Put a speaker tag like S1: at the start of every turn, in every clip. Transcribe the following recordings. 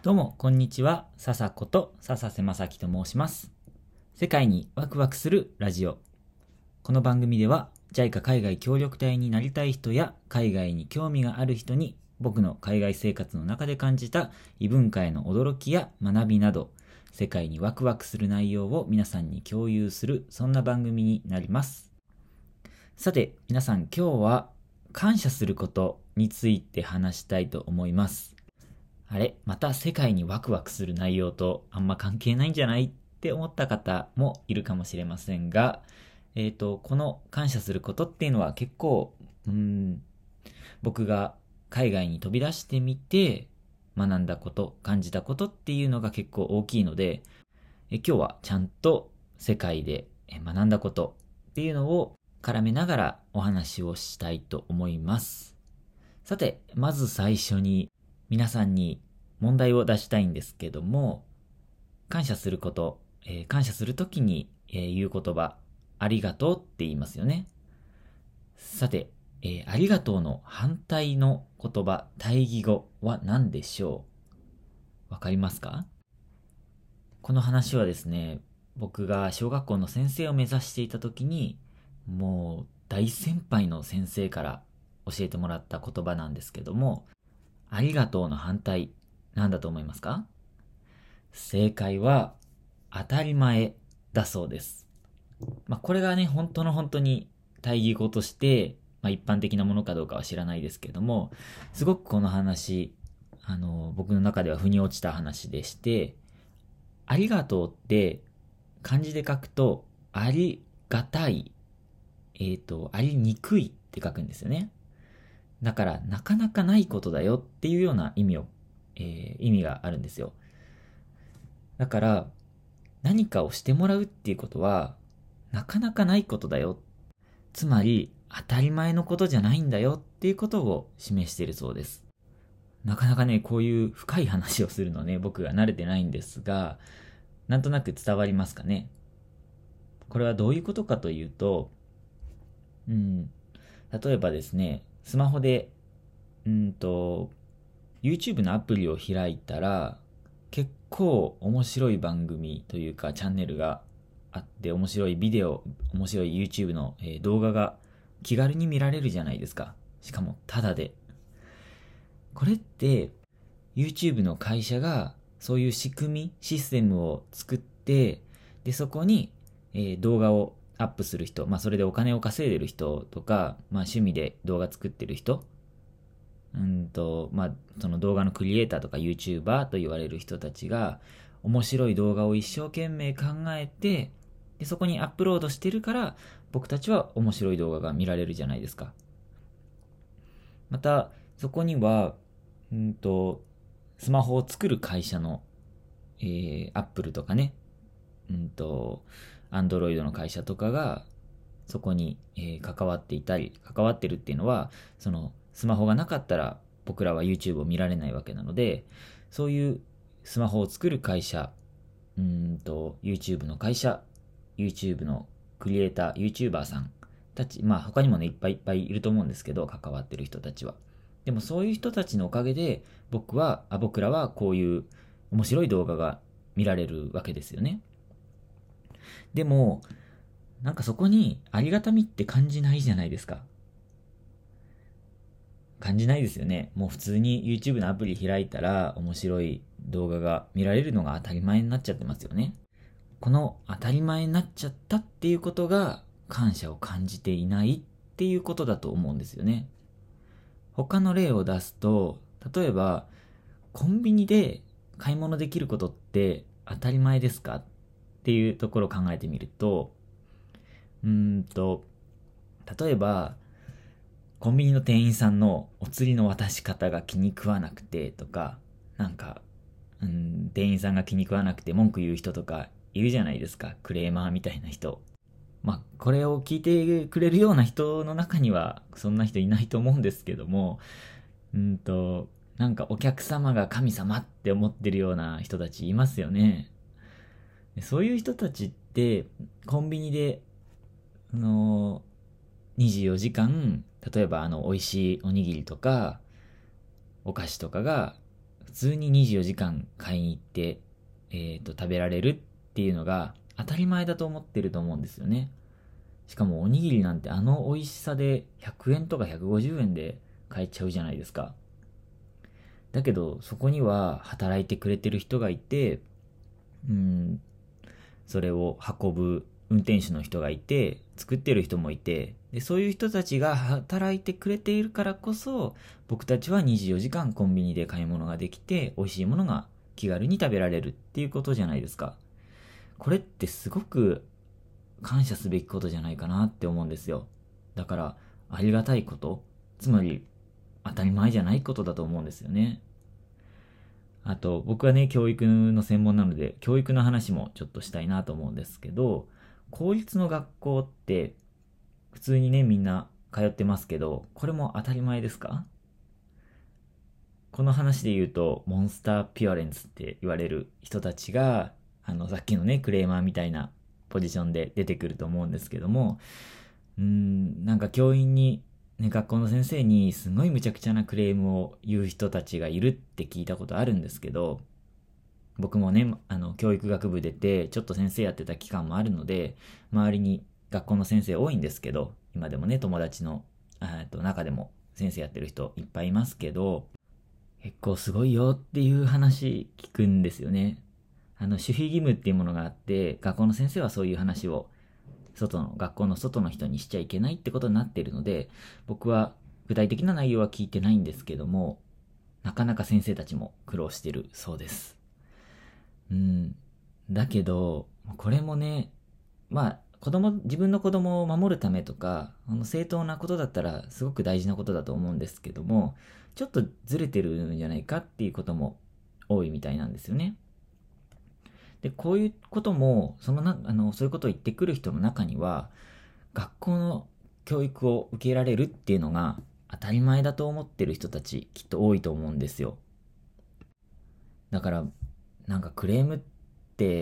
S1: どうも、こんにちは。笹子と笹瀬正樹と申します。世界にワクワクするラジオ。この番組では、JICA 海外協力隊になりたい人や、海外に興味がある人に、僕の海外生活の中で感じた異文化への驚きや学びなど、世界にワクワクする内容を皆さんに共有する、そんな番組になります。さて、皆さん今日は、感謝することについて話したいと思います。あれ、また世界にワクワクする内容とあんま関係ないんじゃないって思った方もいるかもしれませんが、この感謝することっていうのは結構、僕が海外に飛び出してみて学んだこと、感じたことっていうのが結構大きいので、今日はちゃんと世界で学んだことっていうのを絡めながらお話をしたいと思います。さて、まず最初に皆さんに問題を出したいんですけども、感謝すること、感謝するときに、言う言葉、ありがとうって言いますよね。さて、ありがとうの反対の言葉、対義語は何でしょう？わかりますか？この話はですね、僕が小学校の先生を目指していたときに、もう大先輩の先生から教えてもらった言葉なんですけども、ありがとうの反対、何だと思いますか？正解は、当たり前だそうです。これがね、本当に対義語として、一般的なものかどうかは知らないですけども、すごくこの話、僕の中では腑に落ちた話でして、ありがとうって漢字で書くと、ありがたい、ありにくいって書くんですよね。だから、なかなかないことだよっていうような意味があるんですよ。だから、何かをしてもらうっていうことは、なかなかないことだよ。つまり、当たり前のことじゃないんだよっていうことを示しているそうです。なかなかね、こういう深い話をするのね、僕が慣れてないんですが、なんとなく伝わりますかね。これはどういうことかというと、例えばですね、スマホで、YouTube のアプリを開いたら、結構面白い番組というかチャンネルがあって面白いビデオ、面白い YouTube の、動画が気軽に見られるじゃないですか。しかもタダで。これって YouTube の会社がそういう仕組み、システムを作って、で、そこに、動画をアップする人、それでお金を稼いでる人とか、趣味で動画作ってる人、その動画のクリエイターとか YouTuber と言われる人たちが面白い動画を一生懸命考えて、でそこにアップロードしてるから僕たちは面白い動画が見られるじゃないですか。またそこにはスマホを作る会社の、Apple とかね、Android の会社とかがそこに、関わっていたり、関わってるっていうのは、そのスマホがなかったら僕らは YouTube を見られないわけなので、そういうスマホを作る会社、YouTube の会社、YouTube のクリエイター、YouTuber さんたち、他にもね、いっぱいいっぱいいると思うんですけど、関わってる人たちは。でもそういう人たちのおかげで、僕らはこういう面白い動画が見られるわけですよね。でも、なんかそこにありがたみって感じないじゃないですか。感じないですよね。もう普通に YouTube のアプリ開いたら面白い動画が見られるのが当たり前になっちゃってますよね。この当たり前になっちゃったっていうことが感謝を感じていないっていうことだと思うんですよね。他の例を出すと、例えばコンビニで買い物できることって当たり前ですかっていうところを考えてみると、例えば、コンビニの店員さんのお釣りの渡し方が気に食わなくてとか、なんか、店員さんが気に食わなくて文句言う人とかいるじゃないですか。クレーマーみたいな人。これを聞いてくれるような人の中には、そんな人いないと思うんですけども、なんかお客様が神様って思ってるような人たちいますよね。そういう人たちって、コンビニで24時間、例えば美味しいおにぎりとか、お菓子とかが通に24時間買いに行って、食べられるっていうのが当たり前だと思ってると思うんですよね。しかもおにぎりなんてあの美味しさで100円とか150円で買えちゃうじゃないですか。だけどそこには働いてくれてる人がいて、うん、それを運ぶ運転手の人がいて、作ってる人もいて、でそういう人たちが働いてくれているからこそ、僕たちは24時間コンビニで買い物ができて、美味しいものが気軽に食べられるっていうことじゃないですか。これってすごく感謝すべきことじゃないかなって思うんですよ。だからありがたいこと、つまり当たり前じゃないことだと思うんですよね。あと僕はね、教育の専門なので教育の話もちょっとしたいなと思うんですけど、公立の学校って普通にね、みんな通ってますけど、これも当たり前ですか？この話で言うとモンスターピュアレンツって言われる人たちが、さっきのね、クレーマーみたいなポジションで出てくると思うんですけども、なんか教員に、ね、学校の先生にすごい無茶苦茶なクレームを言う人たちがいるって聞いたことあるんですけど、僕もね、教育学部出てちょっと先生やってた期間もあるので、周りに学校の先生多いんですけど、今でもね、友達の中でも先生やってる人いっぱいいますけど、結構すごいよっていう話聞くんですよね。守秘義務っていうものがあって、学校の先生はそういう話を学校の外の人にしちゃいけないってことになっているので、僕は具体的な内容は聞いてないんですけども、なかなか先生たちも苦労してるそうです。だけど、これもね、自分の子供を守るためとか、正当なことだったらすごく大事なことだと思うんですけども、ちょっとずれてるんじゃないかっていうことも多いみたいなんですよね。で、こういうことも、そういうことを言ってくる人の中には、学校の教育を受けられるっていうのが当たり前だと思ってる人たちきっと多いと思うんですよ。だから、なんかクレームって、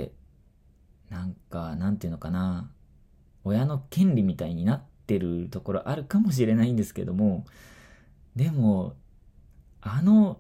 S1: なんていうのかな、親の権利みたいになってるところあるかもしれないんですけども、でも、あの、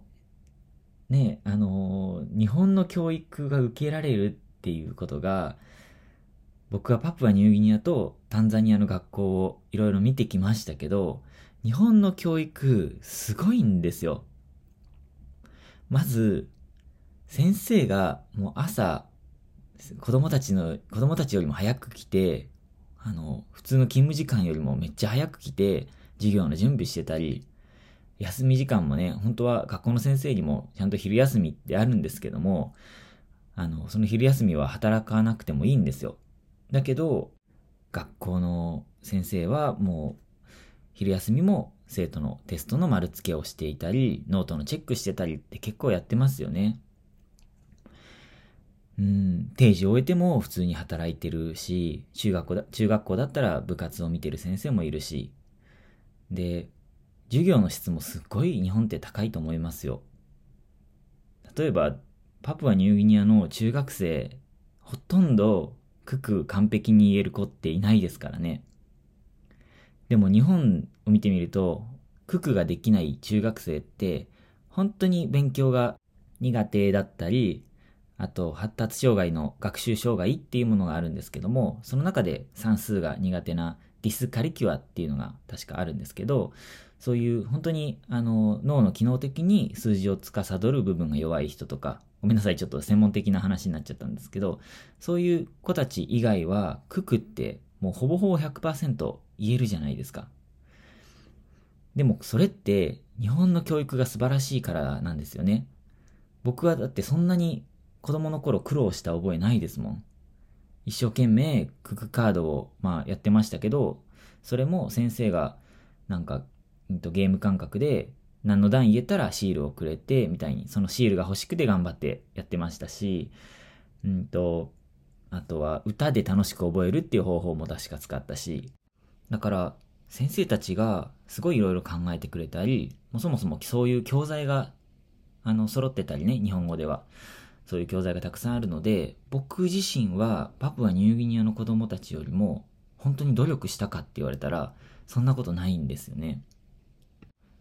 S1: 日本の教育が受けられるっていうことが、僕はパプアニューギニアとタンザニアの学校をいろいろ見てきましたけど、日本の教育すごいんですよ。まず、先生がもう朝、子供たちよりも早く来て、普通の勤務時間よりもめっちゃ早く来て、授業の準備してたり、休み時間もね、本当は学校の先生にもちゃんと昼休みってあるんですけども、その昼休みは働かなくてもいいんですよ。だけど、学校の先生はもう、昼休みも生徒のテストの丸付けをしていたり、ノートのチェックしてたりって結構やってますよね。定時を終えても普通に働いてるし、中学校だったら部活を見てる先生もいるし、で、授業の質もすっごい日本って高いと思いますよ。例えば、パプアニューギニアの中学生、ほとんど九九完璧に言える子っていないですからね。でも日本を見てみると、九九ができない中学生って、本当に勉強が苦手だったり、あと発達障害の学習障害っていうものがあるんですけども、その中で算数が苦手なディスカリキュアっていうのが確かあるんですけど、そういう本当に脳の機能的に数字を司る部分が弱い人とか、ごめんなさい、ちょっと専門的な話になっちゃったんですけど、そういう子たち以外は九九ってもうほぼほぼ 100% 言えるじゃないですか。でもそれって日本の教育が素晴らしいからなんですよね。僕はだってそんなに子供の頃苦労した覚えないですもん。一生懸命クックカードをやってましたけど、それも先生がなんか、ゲーム感覚で何の段言えたらシールをくれてみたいに、そのシールが欲しくて頑張ってやってましたし、あとは歌で楽しく覚えるっていう方法も確か使ったし、だから先生たちがすごいいろいろ考えてくれたり、もうそもそもそういう教材が揃ってたりね、日本語では。そういう教材がたくさんあるので、僕自身はパプアニューギニアの子供たちよりも本当に努力したかって言われたら、そんなことないんですよね。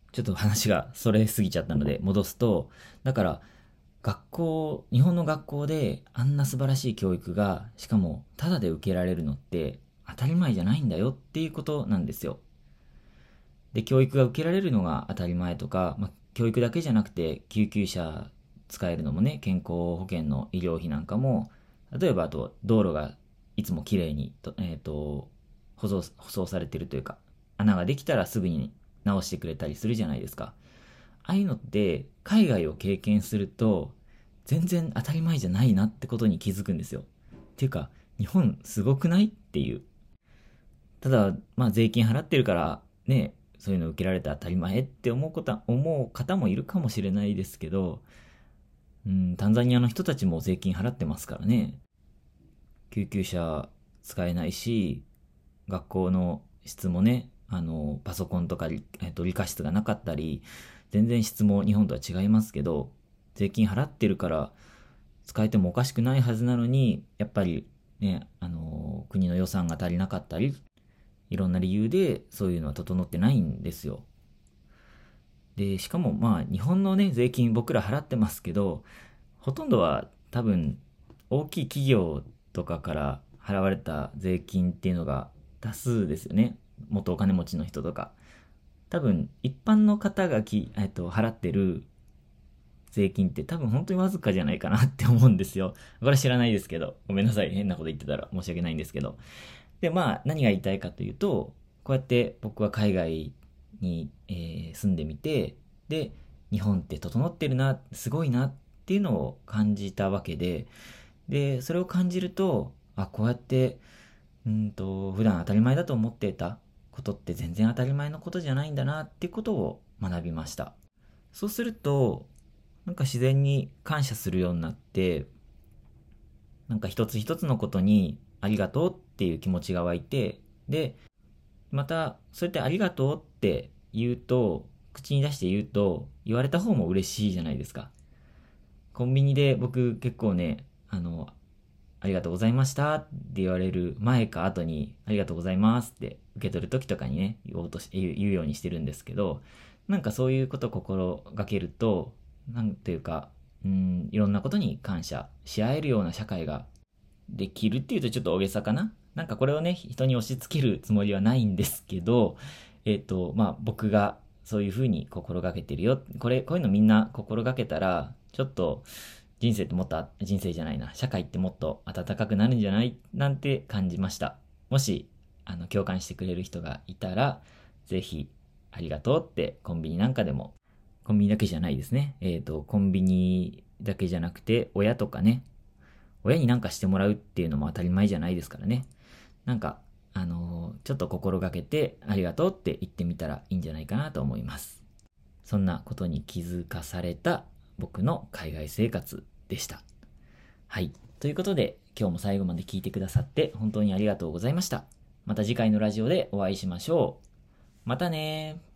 S1: ちょっと話がそれすぎちゃったので戻すと、だから日本の学校であんな素晴らしい教育が、しかもタダで受けられるのって当たり前じゃないんだよっていうことなんですよ。で、教育が受けられるのが当たり前とか、教育だけじゃなくて救急車使えるのもね、健康保険の医療費なんかも、例えばあと道路がいつもきれいに舗装されてるというか、穴ができたらすぐに直してくれたりするじゃないですか。ああいうのって海外を経験すると全然当たり前じゃないなってことに気づくんですよ。っていうか、日本すごくないっていう。ただ、税金払ってるからね、そういうの受けられて当たり前って思う方もいるかもしれないですけど、タンザニアの人たちも税金払ってますからね。救急車使えないし、学校の質もね、パソコンとか理科室がなかったり、全然質も日本とは違いますけど、税金払ってるから使えてもおかしくないはずなのに、やっぱりね、国の予算が足りなかったり、いろんな理由でそういうのは整ってないんですよ。で、しかも日本のね、税金僕ら払ってますけど、ほとんどは多分大きい企業とかから払われた税金っていうのが多数ですよね。元お金持ちの人とか。多分一般の方が払ってる税金って多分本当にわずかじゃないかなって思うんですよ。これは知らないですけど。ごめんなさい。変なこと言ってたら申し訳ないんですけど。で、何が言いたいかというと、こうやって僕は海外に、住んでみて、で、日本って整ってるな、すごいなっていうのを感じたわけで、で、それを感じると、こうやって、普段当たり前だと思っていたことって全然当たり前のことじゃないんだなっていうことを学びました。そうすると、なんか自然に感謝するようになって、なんか一つ一つのことにありがとうっていう気持ちが湧いて、で、また、そうやってありがとうって言うと、口に出して言うと、言われた方も嬉しいじゃないですか。コンビニで僕結構ね、ありがとうございましたって言われる前か後に、ありがとうございますって受け取る時とかにね、言うようにしてるんですけど、なんかそういうことを心がけると、なんていうか、いろんなことに感謝し合えるような社会ができるっていうとちょっと大げさかな。なんかこれをね、人に押し付けるつもりはないんですけど、僕がそういうふうに心がけてるよ。こういうのみんな心がけたら、ちょっと人生じゃないな、社会ってもっと温かくなるんじゃないなんて感じました。もし、共感してくれる人がいたら、ぜひ、ありがとうってコンビニなんかでも、コンビニだけじゃないですね。コンビニだけじゃなくて、親とかね、親になんかしてもらうっていうのも当たり前じゃないですからね。なんか、ちょっと心がけてありがとうって言ってみたらいいんじゃないかなと思います。そんなことに気づかされた僕の海外生活でした。はい。ということで、今日も最後まで聞いてくださって本当にありがとうございました。また次回のラジオでお会いしましょう。またねー。